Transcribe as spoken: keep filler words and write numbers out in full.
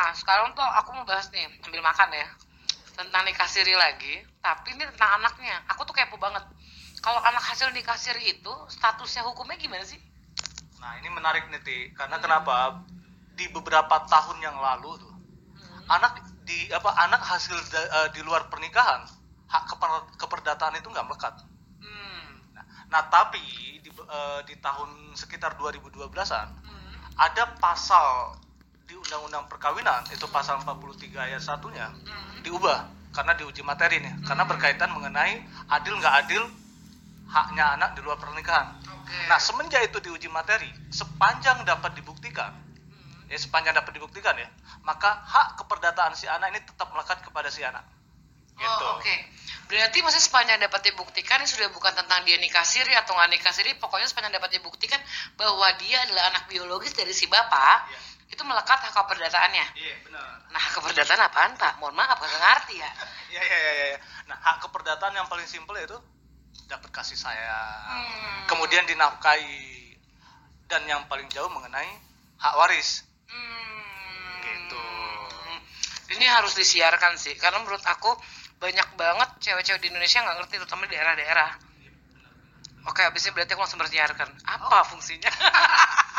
Nah, sekarang tuh aku mau bahas nih, ambil makan ya. Tentang nikah siri lagi, tapi ini tentang anaknya. Aku tuh kepo banget. Kalau anak hasil nikah siri itu statusnya hukumnya gimana sih? Nah, ini menarik nih, Ti. Karena kenapa? Di beberapa tahun yang lalu tuh, Hmm. anak di apa anak hasil da- eh, di luar pernikahan, hak keper- keperdataan itu nggak melekat. Hmm. Nah, nah, tapi di, eh, di tahun sekitar dua ribu dua belasan-an Hmm. ada pasal di Undang-Undang Perkawinan, itu pasal empat puluh tiga ayat satunya Hmm. diubah karena diuji materi nih, karena berkaitan mengenai adil nggak adil haknya anak di luar pernikahan. Oke. Nah, semenjak itu diuji materi, sepanjang dapat dibuktikan, Hmm. ya sepanjang dapat dibuktikan ya, maka hak keperdataan si anak ini tetap melekat kepada si anak. Gitu. Oh, oke. Berarti maksudnya sepanjang dapat dibuktikan ini sudah bukan tentang dia nikah siri atau nggak nikah siri, pokoknya sepanjang dapat dibuktikan bahwa dia adalah anak biologis dari si bapak, Iya. itu melekat hak keperdataannya. Iya, benar. Nah, hak keperdataan apaan, Pak? Mohon maaf, nggak ngerti ya. Iya, iya, iya, iya. Nah, hak keperdataan yang paling simpel itu dapat kasih sayang, Hmm. kemudian dinafkahi, dan yang paling jauh mengenai hak waris. Hmm. Gitu. Ini harus disiarkan sih, karena menurut aku banyak banget cewek-cewek di Indonesia nggak ngerti, terutama di daerah-daerah. Oke, abis ini berarti aku langsung bersiarkan. Apa fungsinya?